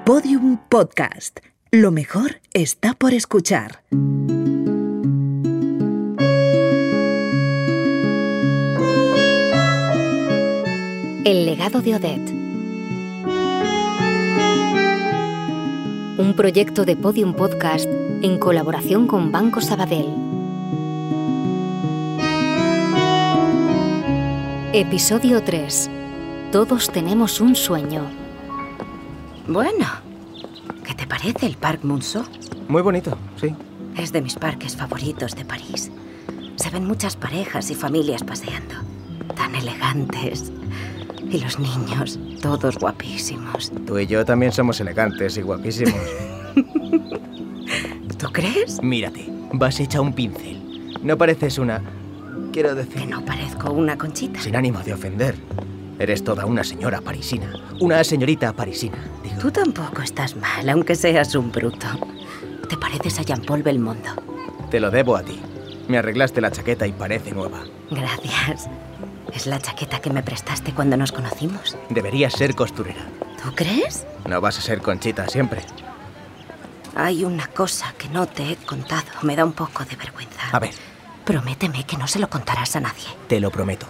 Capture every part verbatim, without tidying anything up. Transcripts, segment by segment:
Podium Podcast. Lo mejor está por escuchar. El legado de Odette. Un proyecto de Podium Podcast en colaboración con Banco Sabadell. Episodio tres. Todos tenemos un sueño. Bueno, ¿qué te parece el Parc Monceau? Muy bonito, sí. Es de mis parques favoritos de París. Se ven muchas parejas y familias paseando. Tan elegantes. Y los niños, todos guapísimos. Tú y yo también somos elegantes y guapísimos. ¿Tú crees? Mírate, vas hecha un pincel. No pareces una... Quiero decir... Que no parezco una conchita. Sin ánimo de ofender. Eres toda una señora parisina. Una señorita parisina, digo. Tú tampoco estás mal, aunque seas un bruto. Te pareces a Jean-Paul Belmondo. Te lo debo a ti. Me arreglaste la chaqueta y parece nueva. Gracias. Es la chaqueta que me prestaste cuando nos conocimos. Deberías ser costurera. ¿Tú crees? No vas a ser Conchita siempre. Hay una cosa que no te he contado. Me da un poco de vergüenza. A ver. Prométeme que no se lo contarás a nadie. Te lo prometo.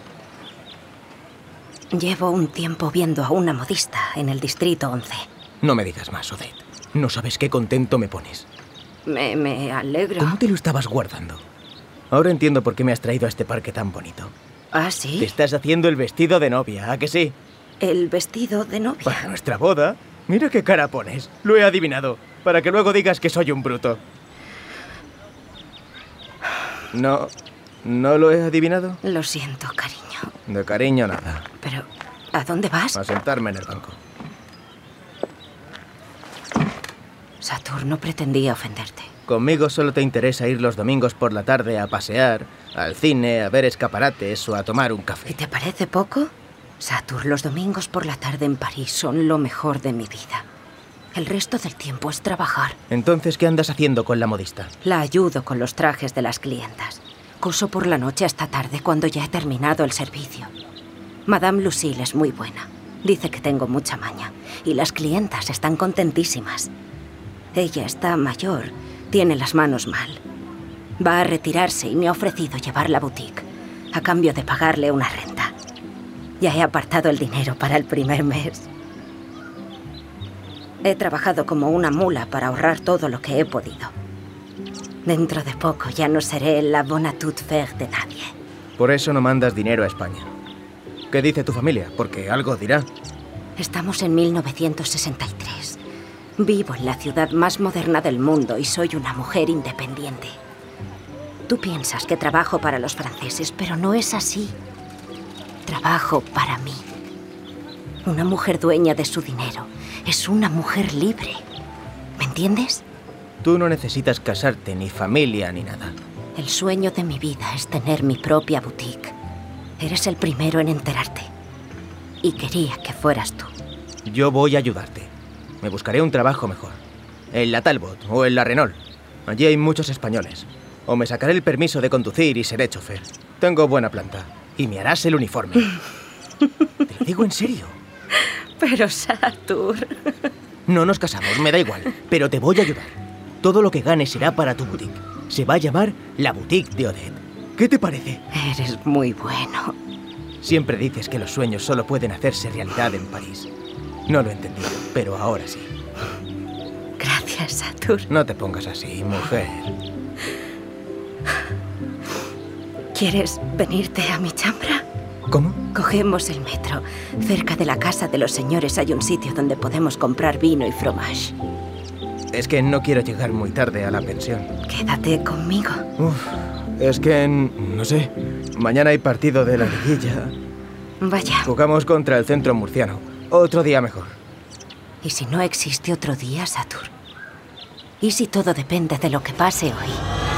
Llevo un tiempo viendo a una modista en el Distrito once. No me digas más, Odette. No sabes qué contento me pones. Me, me alegro. ¿Cómo te lo estabas guardando? Ahora entiendo por qué me has traído a este parque tan bonito. ¿Ah, sí? Te estás haciendo el vestido de novia, ¿a que sí? ¿El vestido de novia? Para nuestra boda. Mira qué cara pones. Lo he adivinado. Para que luego digas que soy un bruto. No... ¿No lo he adivinado? Lo siento, cariño. De cariño nada. Pero, ¿a dónde vas? A sentarme en el banco. Saturno pretendía ofenderte. Conmigo solo te interesa ir los domingos por la tarde a pasear, al cine, a ver escaparates o a tomar un café. ¿Y te parece poco? Saturno, los domingos por la tarde en París son lo mejor de mi vida. El resto del tiempo es trabajar. Entonces, ¿qué andas haciendo con la modista? La ayudo con los trajes de las clientas. Coso por la noche hasta tarde cuando ya he terminado el servicio. Madame Lucille es muy buena. Dice que tengo mucha maña. Y las clientas están contentísimas. Ella está mayor, tiene las manos mal. Va a retirarse y me ha ofrecido llevar la boutique a cambio de pagarle una renta. Ya he apartado el dinero para el primer mes. He trabajado como una mula para ahorrar todo lo que he podido. Dentro de poco ya no seré la bonne toute faire de nadie. Por eso no mandas dinero a España. ¿Qué dice tu familia? Porque algo dirá. Estamos en mil novecientos sesenta y tres. Vivo en la ciudad más moderna del mundo y soy una mujer independiente. Tú piensas que trabajo para los franceses, pero no es así. Trabajo para mí. Una mujer dueña de su dinero es una mujer libre. ¿Me entiendes? Tú no necesitas casarte, ni familia, ni nada. El sueño de mi vida es tener mi propia boutique. Eres el primero en enterarte. Y quería que fueras tú. Yo voy a ayudarte. Me buscaré un trabajo mejor. En la Talbot o en la Renault. Allí hay muchos españoles. O me sacaré el permiso de conducir y seré chofer. Tengo buena planta. Y me harás el uniforme. Te lo digo en serio. Pero, Satur... No nos casamos, me da igual. Pero te voy a ayudar. Todo lo que ganes será para tu boutique. Se va a llamar la Boutique de Odette. ¿Qué te parece? Eres muy bueno. Siempre dices que los sueños solo pueden hacerse realidad en París. No lo he entendido, pero ahora sí. Gracias, Satur. No te pongas así, mujer. ¿Quieres venirte a mi chambra? ¿Cómo? Cogemos el metro. Cerca de la casa de los señores hay un sitio donde podemos comprar vino y fromage. Es que no quiero llegar muy tarde a la pensión. Quédate conmigo. Uf, es que, no sé, mañana hay partido de la liguilla. Vaya. Jugamos contra el Centro Murciano. Otro día mejor. ¿Y si no existe otro día, Satur? ¿Y si todo depende de lo que pase hoy?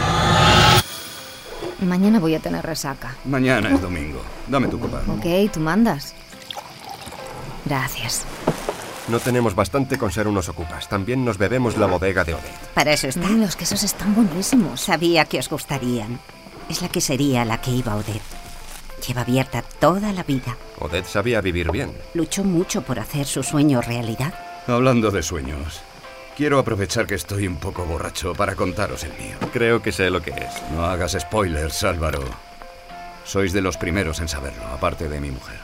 Mañana voy a tener resaca. Mañana es domingo. Dame tu copa. Ok, tú mandas. Gracias. No tenemos bastante con ser unos ocupas. También nos bebemos la bodega de Odette. Para eso está. Mm, los quesos están buenísimos. Sabía que os gustarían. Es la quesería a la que iba Odette. Lleva abierta toda la vida. Odette sabía vivir bien. Luchó mucho por hacer su sueño realidad. Hablando de sueños, quiero aprovechar que estoy un poco borracho para contaros el mío. Creo que sé lo que es. No hagas spoilers, Álvaro. Sois de los primeros en saberlo, aparte de mi mujer.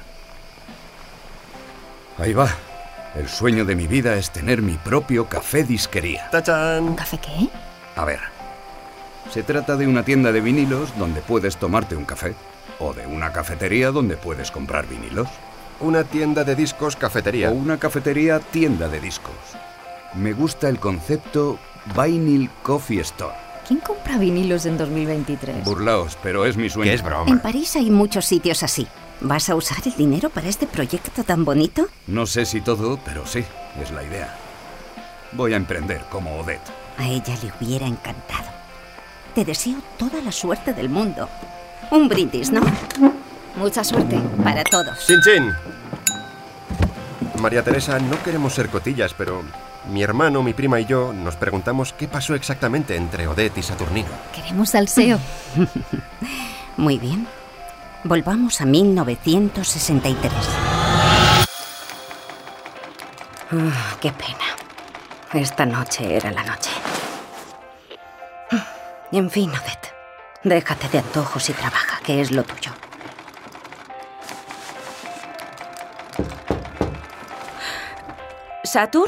Ahí va. El sueño de mi vida es tener mi propio café disquería. ¡Tachán! ¿Café qué? A ver, se trata de una tienda de vinilos donde puedes tomarte un café, o de una cafetería donde puedes comprar vinilos, Una tienda de discos cafetería. o una cafetería tienda de discos. Me gusta el concepto Vinyl Coffee Store. ¿Quién compra vinilos en dos mil veintitrés? Burlaos, pero es mi sueño. Que es broma. En París hay muchos sitios así. ¿Vas a usar el dinero para este proyecto tan bonito? No sé si todo, pero sí, es la idea. Voy a emprender como Odette. A ella le hubiera encantado. Te deseo toda la suerte del mundo. Un brindis, ¿no? Mucha suerte. Para todos. ¡Chin, chin! María Teresa, no queremos ser cotillas, pero mi hermano, mi prima y yo nos preguntamos qué pasó exactamente entre Odette y Saturnino. Queremos salseo. Muy bien. Volvamos a mil novecientos sesenta y tres. Ah, qué pena. Esta noche era la noche. En fin, Odette, déjate de antojos y trabaja, que es lo tuyo. ¿Satur?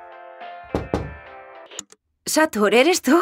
¿Satur, eres tú?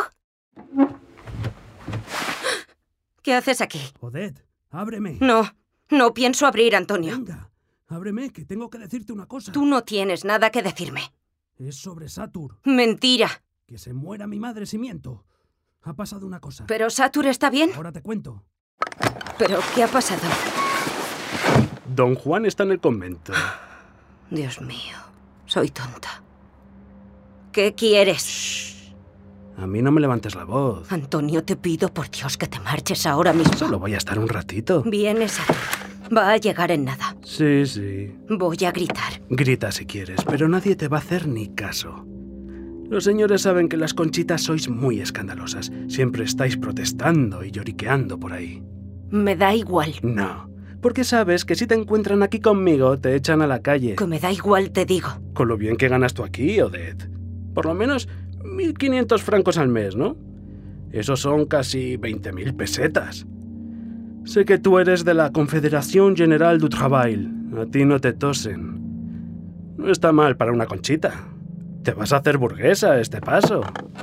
¿Qué haces aquí? Odette, ábreme. No, no pienso abrir, Antonio. Venga, ábreme, que tengo que decirte una cosa. Tú no tienes nada que decirme. Es sobre Satur. Mentira. Que se muera mi madre si miento. Ha pasado una cosa. ¿Pero Satur está bien? Ahora te cuento. ¿Pero qué ha pasado? Don Juan está en el convento. Dios mío, soy tonta. ¿Qué quieres? Shh. A mí no me levantes la voz. Antonio, te pido por Dios que te marches ahora mismo. Solo voy a estar un ratito. Viene Satur. Va a llegar en nada. Sí, sí. Voy a gritar. Grita si quieres, pero nadie te va a hacer ni caso. Los señores saben que las Conchitas sois muy escandalosas. Siempre estáis protestando y lloriqueando por ahí. Me da igual. No, porque sabes que si te encuentran aquí conmigo, te echan a la calle. Que me da igual, te digo. Con lo bien que ganas tú aquí, Odette. Por lo menos mil quinientos francos al mes, ¿no? Esos son casi veinte mil pesetas. Sé que tú eres de la Confederación General du Travail. A ti no te tosen. No está mal para una Conchita. Te vas a hacer burguesa a este paso.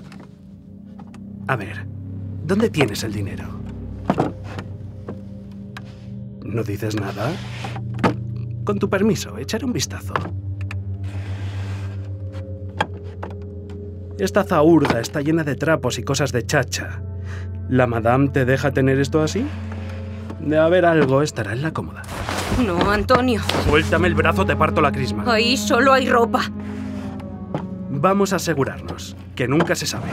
A ver, ¿dónde tienes el dinero? ¿No dices nada? Con tu permiso, echaré un vistazo. Esta zahurda está llena de trapos y cosas de chacha. ¿La madame te deja tener esto así? De haber algo, estará en la cómoda. No, Antonio. Suéltame el brazo, te parto la crisma. Ahí solo hay ropa. Vamos a asegurarnos, que nunca se sabe.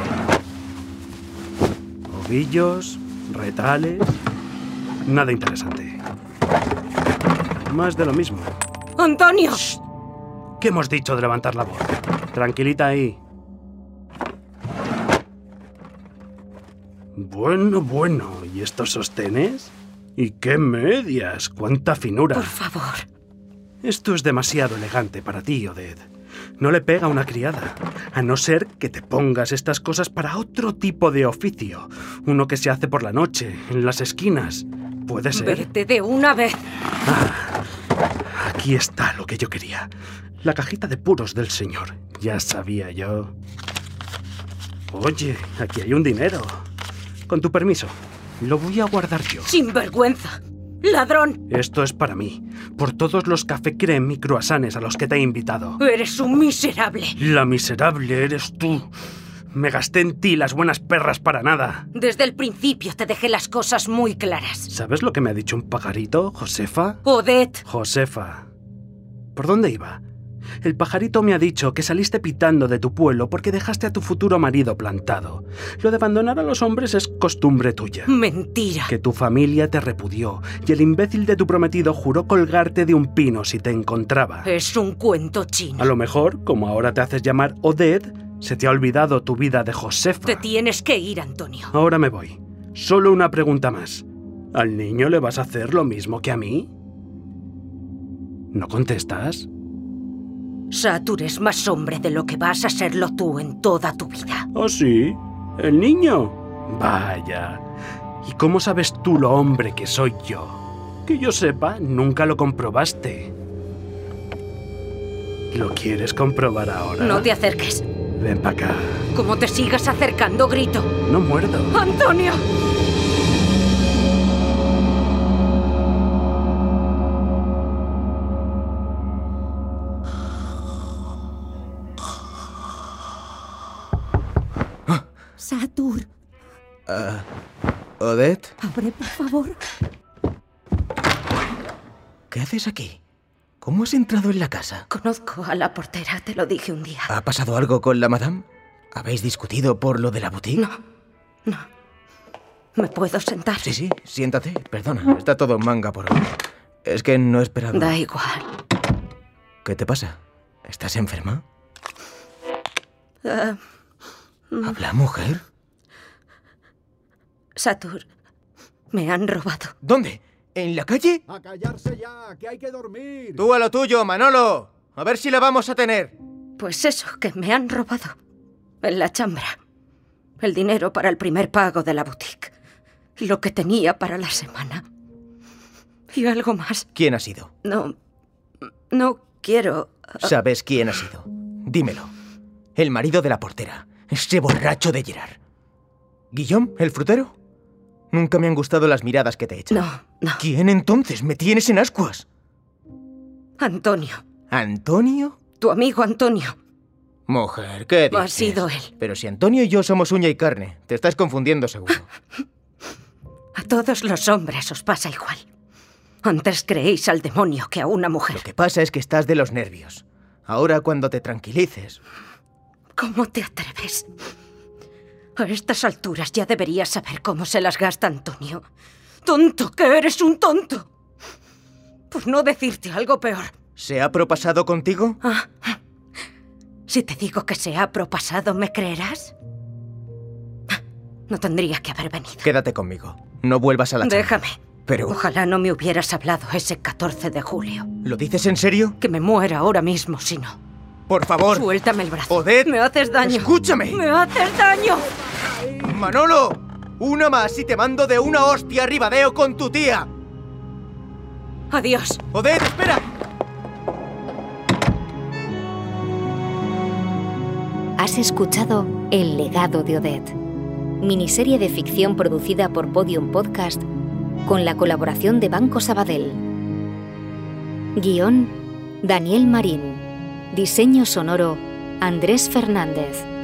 Ovillos, retales... Nada interesante. Más de lo mismo. ¡Antonio! Shh. ¿Qué hemos dicho de levantar la voz? Tranquilita ahí. Bueno, bueno, ¿y estos sostenes? ¿Y qué medias? ¡Cuánta finura! Por favor. Esto es demasiado elegante para ti, Odette. No le pega a una criada, a no ser que te pongas estas cosas para otro tipo de oficio. Uno que se hace por la noche, en las esquinas. ¿Puede ser? Vete de una vez. Ah, aquí está lo que yo quería. La cajita de puros del señor. Ya sabía yo. Oye, aquí hay un dinero. Con tu permiso, lo voy a guardar yo. ¡Sinvergüenza! ¡Ladrón! Esto es para mí, por todos los café crème y croissants a los que te he invitado. Eres un miserable. La miserable eres tú. Me gasté en ti las buenas perras para nada. Desde el principio te dejé las cosas muy claras. ¿Sabes lo que me ha dicho un pajarito, Josefa? Odette. Josefa. ¿Por dónde iba? El pajarito me ha dicho que saliste pitando de tu pueblo porque dejaste a tu futuro marido plantado. Lo de abandonar a los hombres es costumbre tuya. Mentira. Que tu familia te repudió y el imbécil de tu prometido juró colgarte de un pino si te encontraba. Es un cuento chino. A lo mejor, como ahora te haces llamar Odette, se te ha olvidado tu vida de Josefa. Te tienes que ir, Antonio. Ahora me voy. Solo una pregunta más. ¿Al niño le vas a hacer lo mismo que a mí? ¿No contestas? Satur es más hombre de lo que vas a serlo tú en toda tu vida. ¿Oh, sí? ¿El niño? Vaya. ¿Y cómo sabes tú lo hombre que soy yo? Que yo sepa, nunca lo comprobaste. ¿Lo quieres comprobar ahora? No te acerques. Ven para acá. Como te sigas acercando, grito. No muerdo. ¡Antonio! Satur, Uh, ¿Odette? abre, por favor. ¿Qué haces aquí? ¿Cómo has entrado en la casa? Conozco a la portera, te lo dije un día. ¿Ha pasado algo con la madame? ¿Habéis discutido por lo de la boutique? No, no. ¿Me puedo sentar? Sí, sí, siéntate. Perdona, está todo manga por hoy. Es que no he esperado. Da igual. ¿Qué te pasa? ¿Estás enferma? Uh, ¿Habla, mujer? Satur, me han robado. ¿Dónde? ¿En la calle? ¡A callarse ya, que hay que dormir! Tú a lo tuyo, Manolo. A ver si la vamos a tener. Pues eso, que me han robado. En la chambra. El dinero para el primer pago de la boutique. Lo que tenía para la semana. Y algo más. ¿Quién ha sido? No... No quiero... ¿Sabes quién ha sido? Dímelo. El marido de la portera. Ese borracho de Gerard. ¿Guillaume, el frutero? Nunca me han gustado las miradas que te he hecho. No, no. ¿Quién entonces? Me tienes en ascuas. Antonio. ¿Antonio? Tu amigo Antonio. Mujer, ¿qué dices? Ha sido él. Pero si Antonio y yo somos uña y carne, te estás confundiendo seguro. A todos los hombres os pasa igual. Antes creéis al demonio que a una mujer. Lo que pasa es que estás de los nervios. Ahora, cuando te tranquilices... ¿Cómo te atreves? A estas alturas ya deberías saber cómo se las gasta Antonio. ¡Tonto, que eres un tonto! Por no decirte algo peor. ¿Se ha propasado contigo? Ah, si te digo que se ha propasado, ¿me creerás? No tendría que haber venido. Quédate conmigo. No vuelvas a la charla. Déjame. Pero... Ojalá no me hubieras hablado ese catorce de julio. ¿Lo dices en serio? Que me muera ahora mismo, si no. Por favor. Suéltame el brazo. Odette. Me haces daño. Escúchame. Me haces daño. Manolo. Una más y te mando de una hostia a Ribadeo con tu tía. Adiós. Odette, espera. Has escuchado El legado de Odette, miniserie de ficción producida por Podium Podcast con la colaboración de Banco Sabadell. Guión, Daniel Marín. Diseño sonoro, Andrés Fernández.